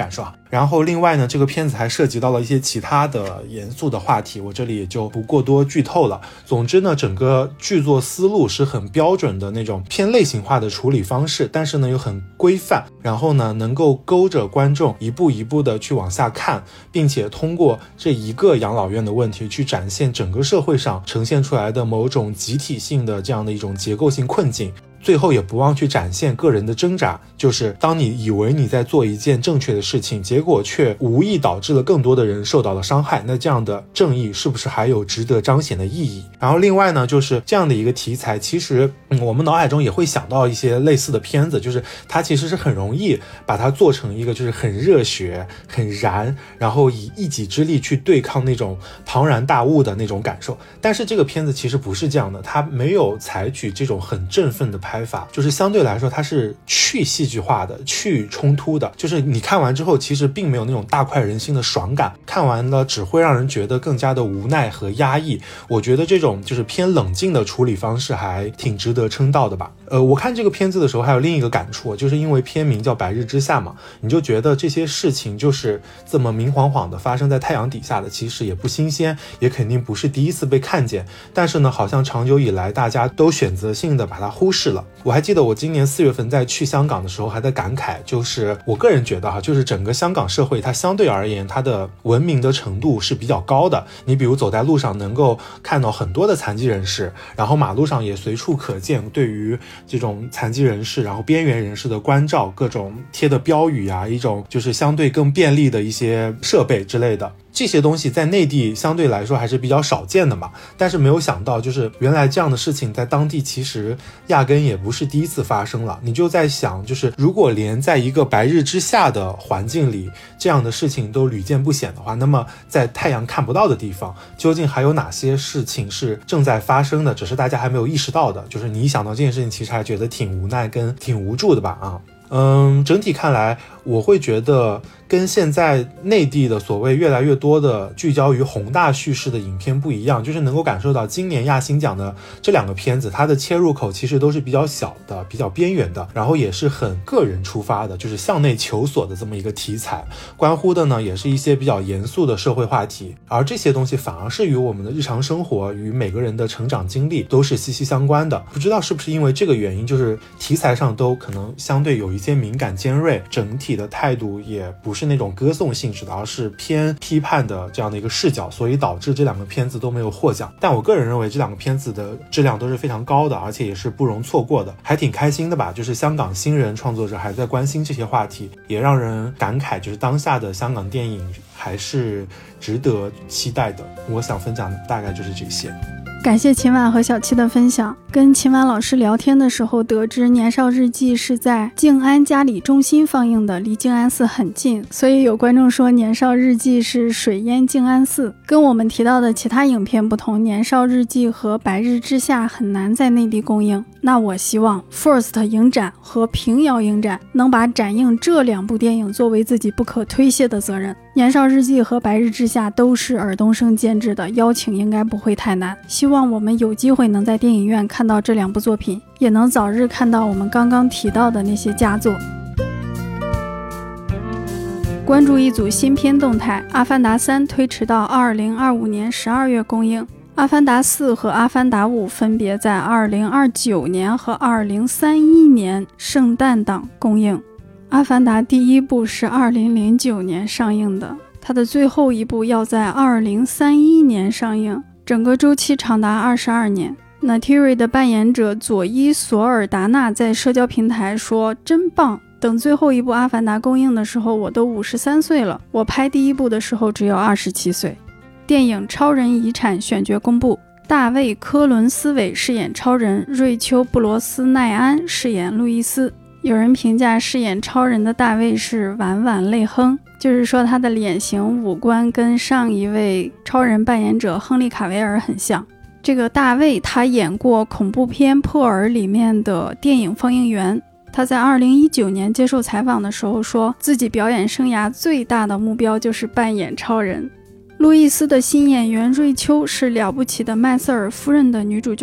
然后另外呢，这个片子还涉及到了一些其他的严肃的话题，我这里也就不过多剧透了。总之呢，整个剧作思路是很标准的那种偏类型化的处理方式，但是呢又很规范，然后呢能够勾着观众一步一步的去往下看，并且通过这一个养老院的问题去展现整个社会上呈现出来的某种集体性的这样的一种结构性困境。最后也不忘去展现个人的挣扎，就是当你以为你在做一件正确的事情，结果却无意导致了更多的人受到了伤害，那这样的正义是不是还有值得彰显的意义？然后另外呢，就是这样的一个题材，其实、嗯、我们脑海中也会想到一些类似的片子，就是它其实是很容易把它做成一个就是很热血很燃，然后以一己之力去对抗那种庞然大物的那种感受。但是这个片子其实不是这样的，它没有采取这种很振奋的拍法，就是相对来说它是去戏剧化的，去冲突的，就是你看完之后其实并没有那种大快人心的爽感，看完了只会让人觉得更加的无奈和压抑。我觉得这种就是偏冷静的处理方式还挺值得称道的吧。呃，我看这个片子的时候还有另一个感触，就是因为片名叫白日之下嘛，你就觉得这些事情就是这么明晃晃的发生在太阳底下的，其实也不新鲜，也肯定不是第一次被看见，但是呢好像长久以来大家都选择性的把它忽视了。我还记得我今年四月份在去香港的时候还在感慨，就是我个人觉得哈，就是整个香港社会它相对而言它的文明的程度是比较高的。你比如走在路上能够看到很多的残疾人士，然后马路上也随处可见对于这种残疾人士然后边缘人士的关照，各种贴的标语啊，一种就是相对更便利的一些设备之类的，这些东西在内地相对来说还是比较少见的嘛。但是没有想到就是原来这样的事情在当地其实压根也不是第一次发生了。你就在想，就是如果连在一个白日之下的环境里这样的事情都屡见不鲜的话，那么在太阳看不到的地方究竟还有哪些事情是正在发生的，只是大家还没有意识到的。就是你一想到这件事情其实还觉得挺无奈跟挺无助的吧啊。嗯，整体看来我会觉得跟现在内地的所谓越来越多的聚焦于宏大叙事的影片不一样，就是能够感受到今年亚星奖的这两个片子它的切入口其实都是比较小的，比较边缘的，然后也是很个人出发的，就是向内求索的这么一个题材，关乎的呢也是一些比较严肃的社会话题，而这些东西反而是与我们的日常生活与每个人的成长经历都是息息相关的。不知道是不是因为这个原因，就是题材上都可能相对有一些敏感尖锐，整体的态度也不是那种歌颂性质的，而是偏批判的这样的一个视角，所以导致这两个片子都没有获奖。但我个人认为这两个片子的质量都是非常高的，而且也是不容错过的，还挺开心的吧。就是香港新人创作者还在关心这些话题，也让人感慨，就是当下的香港电影还是值得期待的。我想分享大概就是这些。 感谢秦晚和小七的分享。跟秦晚老师聊天的时候得知，《年少日记》是在静安嘉里中心放映的，离静安寺很近，所以有观众说《年少日记》是水淹静安寺。跟我们提到的其他影片不同，《年少日记》和《白日之下》很难在内地公映。那我希望 First 影展和平遥影展能把展映这两部电影作为自己不可推卸的责任。《年少日记》和《白日之下》都是尔冬升监制的，邀请应该不会太难。希望我们有机会能在电影院看到这两部作品，也能早日看到我们刚刚提到的那些佳作。关注一组新片动态，《阿凡达三》推迟到二零二五年十二月公映，《阿凡达四》和《阿凡达五》分别在二零二九年和二零三一年圣诞档公映。《阿凡达》第一部是二零零九年上映的，它的最后一部要在二零三一年上映，整个周期长达二十二年。Neytiri 的扮演者佐伊索尔达纳在社交平台说：“真棒！等最后一部《阿凡达》公映的时候，我都五十三岁了。我拍第一部的时候只有二十七岁。”电影《超人遗产》选角公布，大卫·科伦斯韦饰演超人，瑞秋·布罗斯奈安饰演路易斯。有人评价饰演超人的大卫是婉婉泪哼，就是说他的脸型五官跟上一位超人扮演者亨利·卡维尔很像。这个大卫他演过恐怖片《破耳》里面的电影放映员，他在二零一九年接受采访的时候说，自己表演生涯最大的目标就是扮演超人。路易斯的新演员瑞秋是了不起的麦瑟尔夫人的女主角，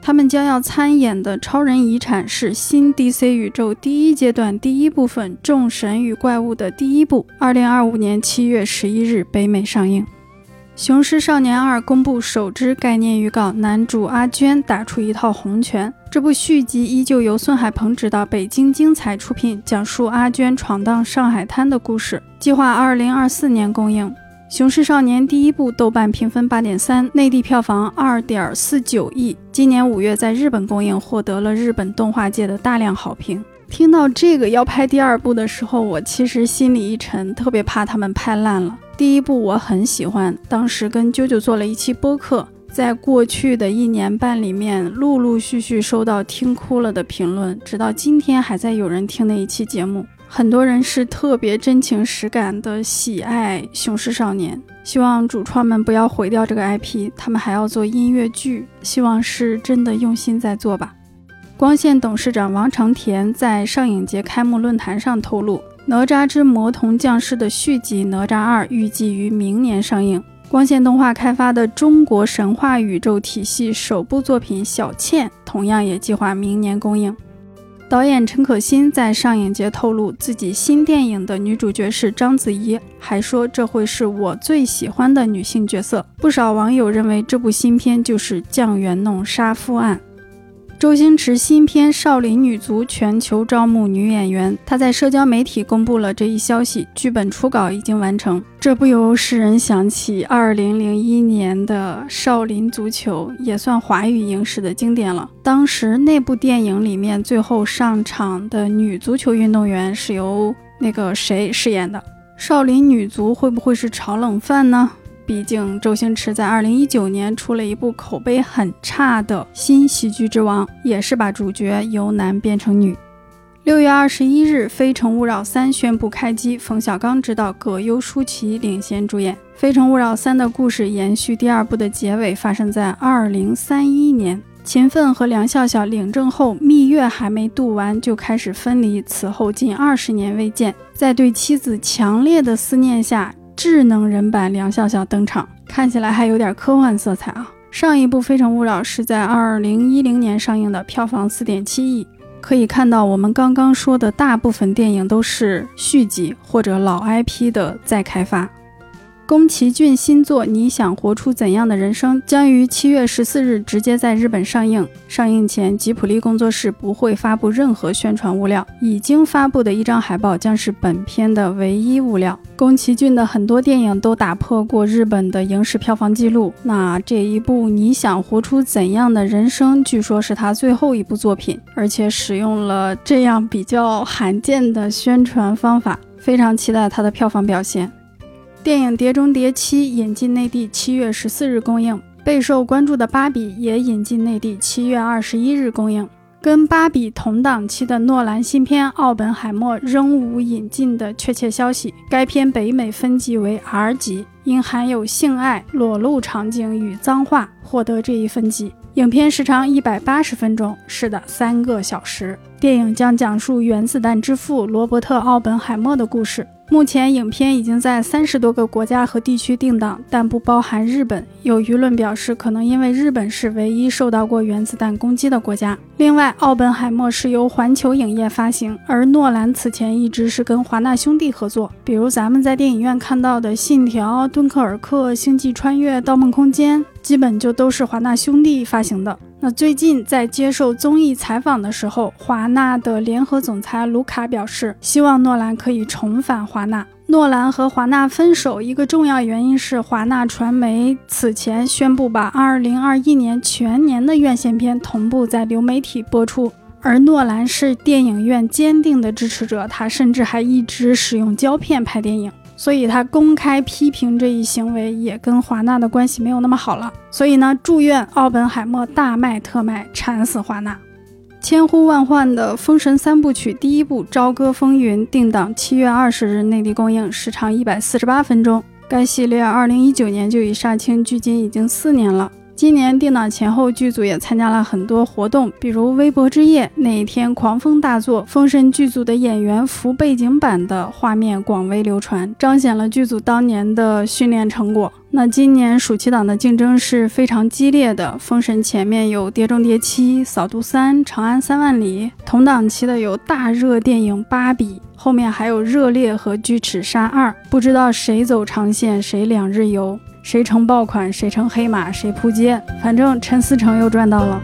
他们将要参演的《超人遗产》是新 D C 宇宙第一阶段第一部分《众神与怪物》的第一部，二零二五年七月十一日北美上映。《雄狮少年二》公布首支概念预告，男主阿娟打出一套红拳。这部续集依旧由孙海鹏执导，北京精彩出品，讲述阿娟闯荡上海滩的故事，计划二零二四年公映。《雄狮少年》第一部豆瓣评分 八点三， 内地票房 二点四九亿，今年五月在日本公映，获得了日本动画界的大量好评。听到这个要拍第二部的时候，我其实心里一沉，特别怕他们拍烂了。第一部我很喜欢，当时跟啾啾做了一期播客，在过去的一年半里面陆陆续续收到听哭了的评论，直到今天还在有人听那一期节目。很多人是特别真情实感的喜爱雄狮少年，希望主创们不要毁掉这个 I P， 他们还要做音乐剧，希望是真的用心在做吧。光线董事长王长田在上影节开幕论坛上透露，哪吒之魔童降世的续集哪吒二预计于明年上映。光线动画开发的中国神话宇宙体系首部作品小倩同样也计划明年公映。导演陈可辛在上影节透露，自己新电影的女主角是章子怡，还说这会是我最喜欢的女性角色。不少网友认为这部新片就是酱园弄杀夫案。周星驰新片《少林女足》全球招募女演员，他在社交媒体公布了这一消息，剧本初稿已经完成。这不由使人想起二零零一年的少林足球，也算华语影史的经典了。当时那部电影里面最后上场的女足球运动员是由那个谁饰演的，少林女足会不会是炒冷饭呢？毕竟周星驰在二零一九年出了一部口碑很差的新喜剧之王，也是把主角由男变成女。六月二十一日，《非诚勿扰三》宣布开机，冯小刚执导，葛优、舒淇领衔主演。《非诚勿扰三》的故事延续第二部的结尾，发生在二零三一年。秦奋和梁笑笑领证后，蜜月还没度完就开始分离，此后近二十年未见。在对妻子强烈的思念下，智能人版梁笑笑登场，看起来还有点科幻色彩啊。上一部《非诚勿扰》是在二零一零年上映的，票房 四点七亿。可以看到，我们刚刚说的大部分电影都是续集或者老 I P 的再开发。宫崎骏新作《你想活出怎样的人生》将于七月十四日直接在日本上映。上映前，吉卜力工作室不会发布任何宣传物料，已经发布的一张海报将是本片的唯一物料。宫崎骏的很多电影都打破过日本的影史票房记录，那这一部《你想活出怎样的人生》据说是他最后一部作品，而且使用了这样比较罕见的宣传方法，非常期待他的票房表现。电影《碟中谍七》引进内地，七月十四日公映。备受关注的《芭比》也引进内地，七月二十一日公映。跟《芭比》同档期的诺兰新片《奥本海默》仍无引进的确切消息。该片北美分级为 R 级，因含有性爱、裸露场景与脏话，获得这一分级。影片时长一百八十分钟，是的，三个小时。电影将讲述原子弹之父罗伯特·奥本海默的故事。目前影片已经在三十多个国家和地区定档，但不包含日本。有舆论表示，可能因为日本是唯一受到过原子弹攻击的国家。另外，奥本海默是由环球影业发行，而诺兰此前一直是跟华纳兄弟合作，比如咱们在电影院看到的《信条》、《敦刻尔克》、《星际穿越》、《盗梦空间》，基本就都是华纳兄弟发行的。那最近在接受综艺采访的时候，华纳的联合总裁卢卡表示，希望诺兰可以重返华纳。诺兰和华纳分手一个重要原因是华纳传媒此前宣布把二零二一年全年的院线片同步在流媒体播出，而诺兰是电影院坚定的支持者，他甚至还一直使用胶片拍电影，所以他公开批评这一行为也跟华纳的关系没有那么好了。所以呢，祝愿奥本海默大卖特卖，馋死华纳。千呼万唤的《封神三部曲》第一部《朝歌风云》定档七月二十日内地公映，时长一百四十八分钟。该系列二零一九年就已杀青，距今已经四年了。 今年定档前后，剧组也参加了很多活动，比如微博之夜，那一天狂风大作，封神剧组的演员服背景板的画面广为流传，彰显了剧组当年的训练成果。那今年暑期档的竞争是非常激烈的，封神前面有碟中谍七、扫毒三、长安三万里，同档期的有大热电影芭比，后面还有热烈和巨齿鲨二，不知道谁走长线谁两日游，谁成爆款谁成黑马谁扑街，反正陈思诚又赚到了。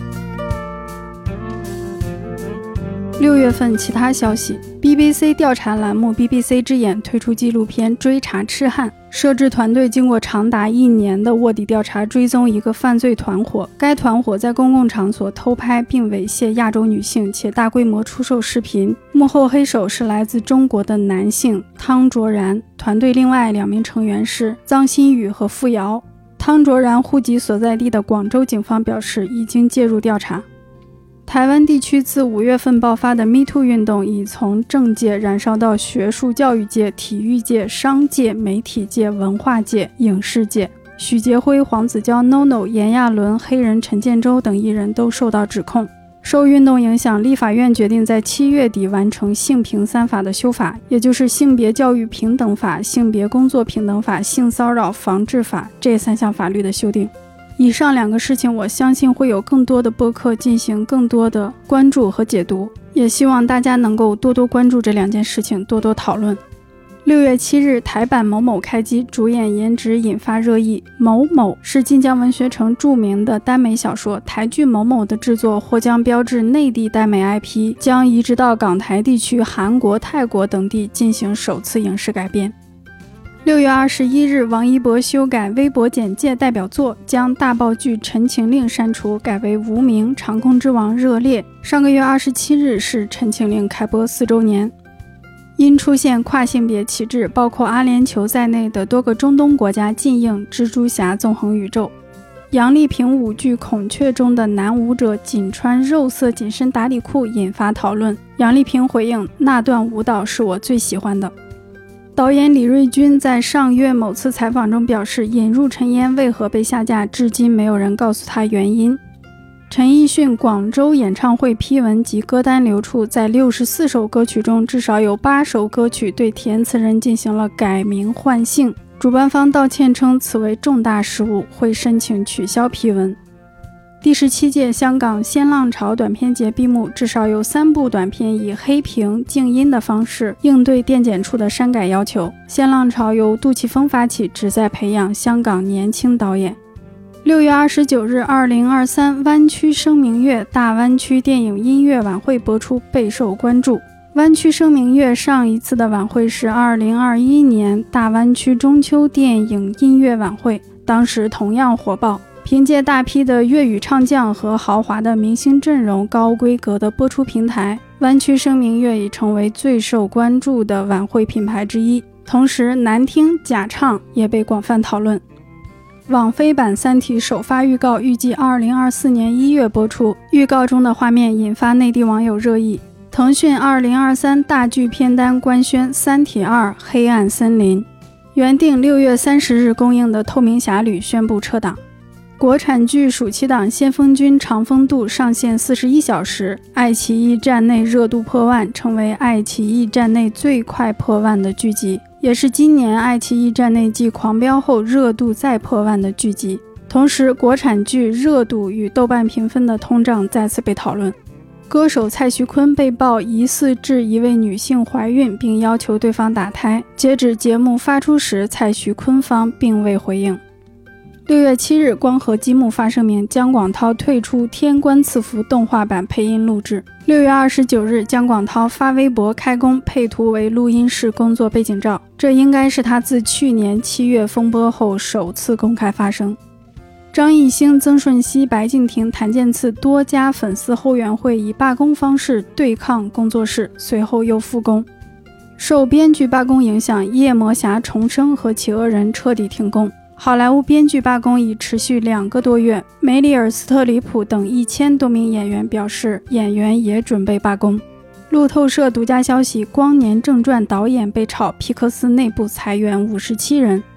六月份其他消息， B B C 调查栏目 B B C 之眼推出纪录片追查痴汉，摄制团队经过长达一年的卧底调查，追踪一个犯罪团伙，该团伙在公共场所偷拍并猥亵亚洲女性，且大规模出售视频，幕后黑手是来自中国的男性汤卓然，团队另外两名成员是臧新宇和傅瑶。汤卓然户籍所在地的广州警方表示已经介入调查。台湾地区自五月份爆发的 Me Too 运动已从政界燃烧到学术教育界、体育界、商界、媒体界、文化界、影视界。许杰辉、黄子佼、NONO、炎亚纶、黑人陈建州等艺人都受到指控。受运动影响，立法院决定在七月底完成性平三法的修法，也就是性别教育平等法、性别工作平等法、性骚扰防治法这三项法律的修订。以上两个事情，我相信会有更多的播客进行更多的关注和解读，也希望大家能够多多关注这两件事情，多多讨论。六月七日，台版某某开机，主演颜值引发热议。某某是晋江文学城著名的耽美小说，台剧某某的制作或将标志内地耽美 I P 将移植到港台地区、韩国、泰国等地进行首次影视改编。六月二十一日，王一博修改微博简介代表作，将大爆剧《陈情令》删除，改为无名长空之王热烈。上个月二十七日是《陈情令》开播四周年。因出现跨性别旗帜，包括阿联酋在内的多个中东国家禁映蜘蛛侠纵横宇宙。杨丽萍舞剧《孔雀》中的男舞者仅穿肉色紧身打底裤引发讨论，杨丽萍回应那段舞蹈是我最喜欢的。导演李瑞军在上月某次采访中表示，引入陈嫣为何被下架，至今没有人告诉他原因。陈奕迅广州演唱会批文及歌单流出，在六十四首歌曲中，至少有八首歌曲对填词人进行了改名换姓，主办方道歉称此为重大失误，会申请取消批文。第十七届香港新浪潮短片节闭幕，至少有三部短片以黑屏静音的方式应对电检处的删改要求。新浪潮由杜琪峰发起，旨在培养香港年轻导演。六月二十九日，二零二三湾区声明月大湾区电影音乐晚会播出，备受关注。湾区声明月上一次的晚会是二零二一年大湾区中秋电影音乐晚会，当时同样火爆。凭借大批的粤语唱将和豪华的明星阵容、高规格的播出平台，湾区声明月已成为最受关注的晚会品牌之一。同时，难听假唱也被广泛讨论。网飞版《三体》首发预告预计二零二四年一月播出，预告中的画面引发内地网友热议。腾讯二零二三大剧片单官宣《三体二：黑暗森林》，原定六月三十日公映的《透明侠侣》宣布撤档。国产剧暑期档《先锋军长风渡》上线四十一小时，爱奇艺站内热度破万，成为爱奇艺站内最快破万的剧集，也是今年爱奇艺站内继狂飙后热度再破万的剧集。同时，国产剧热度与豆瓣评分的通胀再次被讨论。歌手蔡徐坤被曝疑似致一位女性怀孕，并要求对方打胎，截止节目发出时，蔡徐坤方并未回应。六月七日，光合积木发声明，姜广涛退出《天官赐福》动画版配音录制。六月二十九日，姜广涛发微博开工，配图为录音室工作背景照，这应该是他自去年七月风波后首次公开发声。张艺兴、曾舜晞、白敬亭、谭健次多家粉丝后援会以罢工方式对抗工作室，随后又复工。受编剧罢工影响，夜魔侠重生和企鹅人彻底停工。好莱坞编剧罢工已持续两个多月，梅里尔·斯特里普等一千多名演员表示，演员也准备罢工。路透社独家消息，《光年正传》导演被炒，皮克斯内部裁员五十七人。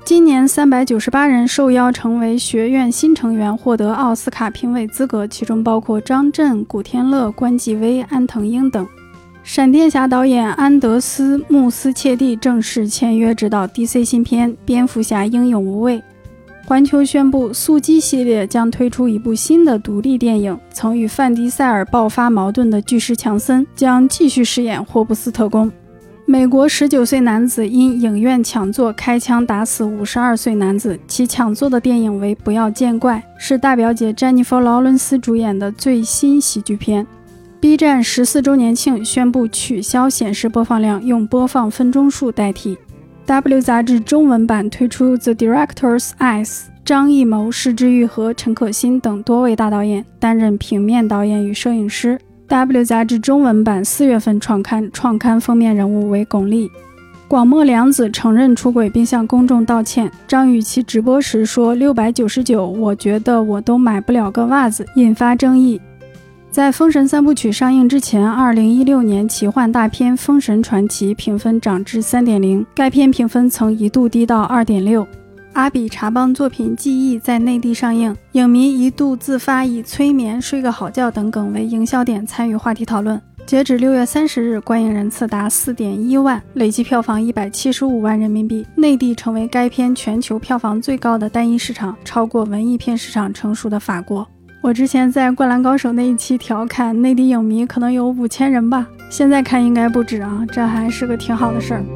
今年三百九十八人受邀成为学院新成员，获得奥斯卡评委资格，其中包括张震、古天乐、关继威、安藤樱等。闪电侠导演安德斯·穆斯切蒂正式签约执导 D C 新片《蝙蝠侠：英勇无畏》。环球宣布速激系列将推出一部新的独立电影，曾与范迪塞尔爆发矛盾的巨石强森将继续饰演霍布斯特工。美国十九岁男子因影院抢座开枪打死五十二岁男子，其抢座的电影为《不要见怪》，是大表姐詹妮弗·劳伦斯主演的最新喜剧片。B 站十四周年庆宣布取消显示播放量，用播放分钟数代替。W 杂志中文版推出 The Director's Eyes， 张艺谋、施之玉和陈可辛等多位大导演担任平面导演与摄影师。W 杂志中文版四月份创刊，创刊封面人物为巩俐。广末凉子承认出轨并向公众道歉。张雨绮直播时说六百九十九，我觉得我都买不了个袜子，引发争议。在《封神三部曲》上映之前，二零一六年奇幻大片《封神传奇》评分涨至 三点零， 该片评分曾一度低到 二点六。阿比查邦作品《记忆》在内地上映，影迷一度自发以催眠、睡个好觉等梗为营销点参与话题讨论。截止六月三十日，观影人次达 四点一万，累计票房一百七十五万人民币，内地成为该片全球票房最高的单一市场，超过文艺片市场成熟的法国。我之前在《灌篮高手》那一期调侃内地影迷可能有五千人吧，现在看应该不止啊，这还是个挺好的事儿。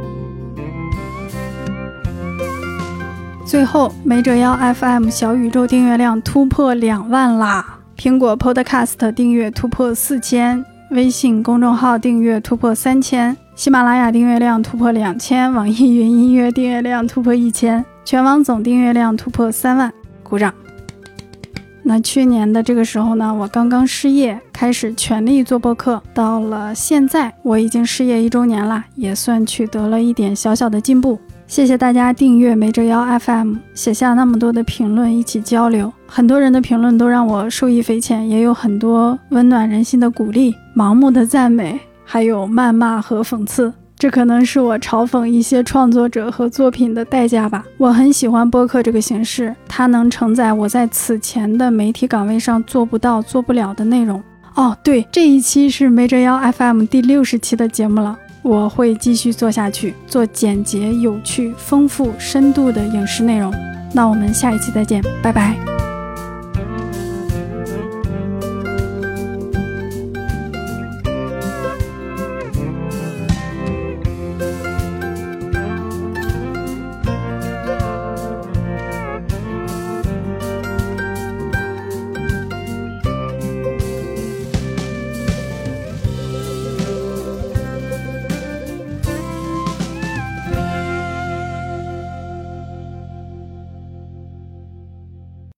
最后，没折腰 F M 小宇宙订阅量突破两万啦，苹果 Podcast 订阅突破四千，微信公众号订阅突破三千，喜马拉雅订阅量突破两千，网易云音乐订阅量突破一千，全网总订阅量突破三万，鼓掌。那去年的这个时候呢，我刚刚失业，开始全力做播客，到了现在我已经失业一周年了，也算取得了一点小小的进步。谢谢大家订阅没折腰 F M， 写下那么多的评论一起交流，很多人的评论都让我受益匪浅，也有很多温暖人心的鼓励，盲目的赞美，还有谩骂和讽刺，这可能是我嘲讽一些创作者和作品的代价吧。我很喜欢播客这个形式，它能承载我在此前的媒体岗位上做不到做不了的内容。哦，对，这一期是没折腰 F M 第六十期的节目了，我会继续做下去，做简洁、有趣、丰富、深度的影视内容。那我们下一期再见，拜拜。